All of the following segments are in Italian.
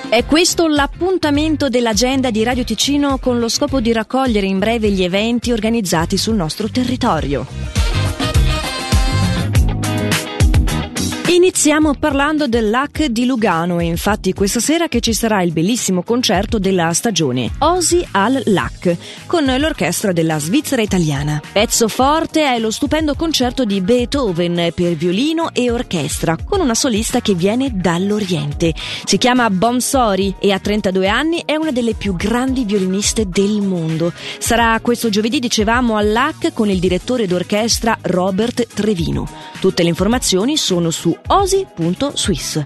È questo l'appuntamento dell'agenda di Radio Ticino con lo scopo di raccogliere in breve gli eventi organizzati sul nostro territorio. Iniziamo parlando del LAC di Lugano e infatti questa sera che ci sarà il bellissimo concerto della stagione Osi al LAC con l'orchestra della Svizzera italiana. Pezzo forte è lo stupendo concerto di Beethoven per violino e orchestra con una solista che viene dall'Oriente. Si chiama Bomsori e a 32 anni è una delle più grandi violiniste del mondo. Sarà questo giovedì, dicevamo, al LAC con il direttore d'orchestra Robert Trevino. Tutte le informazioni sono su osi.swiss.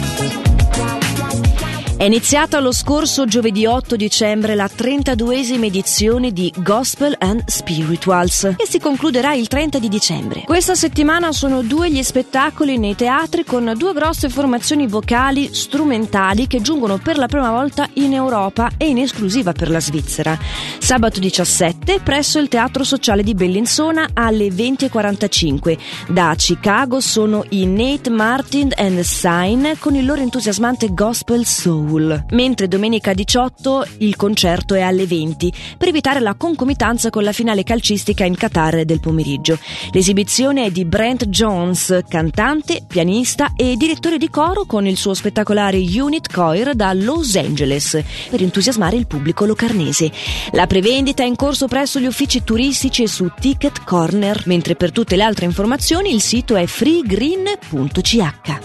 È iniziata lo scorso giovedì 8 dicembre la 32esima edizione di Gospel and Spirituals e si concluderà il 30 di dicembre. Questa settimana sono 2 gli spettacoli nei teatri con 2 grosse formazioni vocali strumentali che giungono per la prima volta in Europa e in esclusiva per la Svizzera. Sabato 17 presso il Teatro Sociale di Bellinzona alle 20:45. Da Chicago sono i Nate Martin and the Sign con il loro entusiasmante Gospel Soul. Mentre domenica 18 il concerto è alle 20 per evitare la concomitanza con la finale calcistica in Qatar del pomeriggio. L'esibizione è di Brent Jones, cantante, pianista e direttore di coro con il suo spettacolare Unit Choir da Los Angeles per entusiasmare il pubblico locarnese. La prevendita è in corso presso gli uffici turistici e su Ticket Corner, mentre per tutte le altre informazioni il sito è freegreen.ch.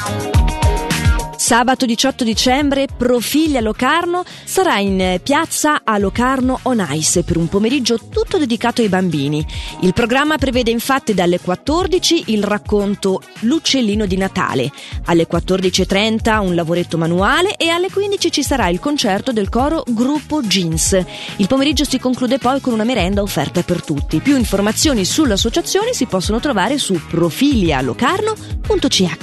Sabato 18 dicembre Profili a Locarno sarà in piazza a Locarno on Ice per un pomeriggio tutto dedicato ai bambini. Il programma prevede infatti dalle 14 il racconto L'uccellino di Natale, alle 14:30 un lavoretto manuale e alle 15 ci sarà il concerto del coro Gruppo Jeans. Il pomeriggio si conclude poi con una merenda offerta per tutti. Più informazioni sull'associazione si possono trovare su profilialocarno.ch.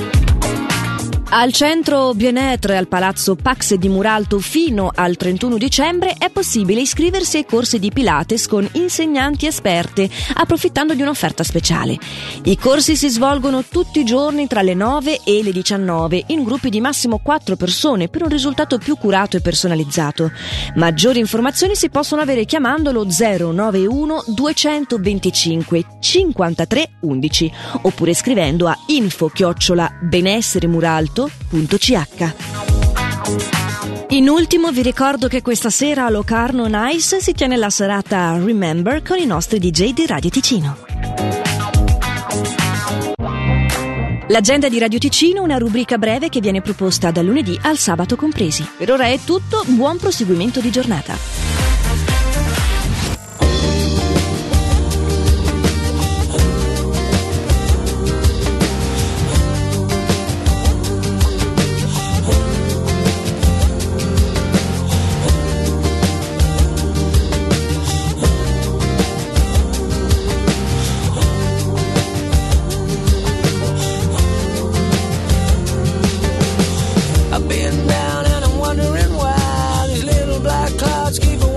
Al centro Bien-être al Palazzo Pax di Muralto fino al 31 dicembre è possibile iscriversi ai corsi di Pilates con insegnanti esperte, approfittando di un'offerta speciale. I corsi si svolgono tutti i giorni tra le 9 e le 19 in gruppi di massimo 4 persone per un risultato più curato e personalizzato. Maggiori informazioni si possono avere chiamando lo 091 225 53 11 oppure scrivendo a info@benesseremuralto.ch. In ultimo vi ricordo che questa sera a Locarno Nice si tiene la serata Remember con i nostri DJ di Radio Ticino. L'agenda di Radio Ticino, una rubrica breve che viene proposta dal lunedì al sabato compresi. Per ora è tutto, buon proseguimento di giornata. I've been down and I'm wondering why these little black clouds keep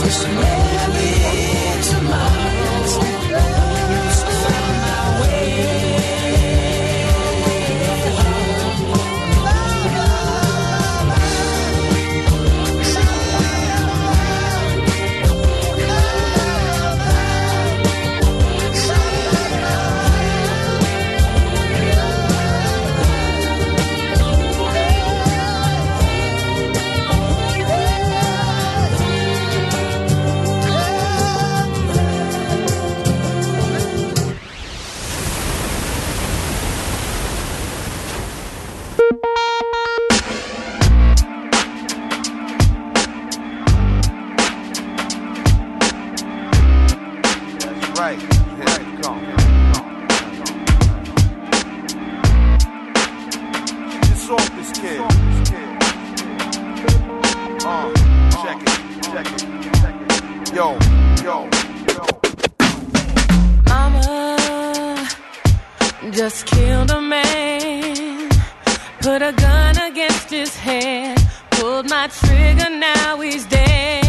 Just killed a man, put a gun against his head, pulled my trigger, now he's dead.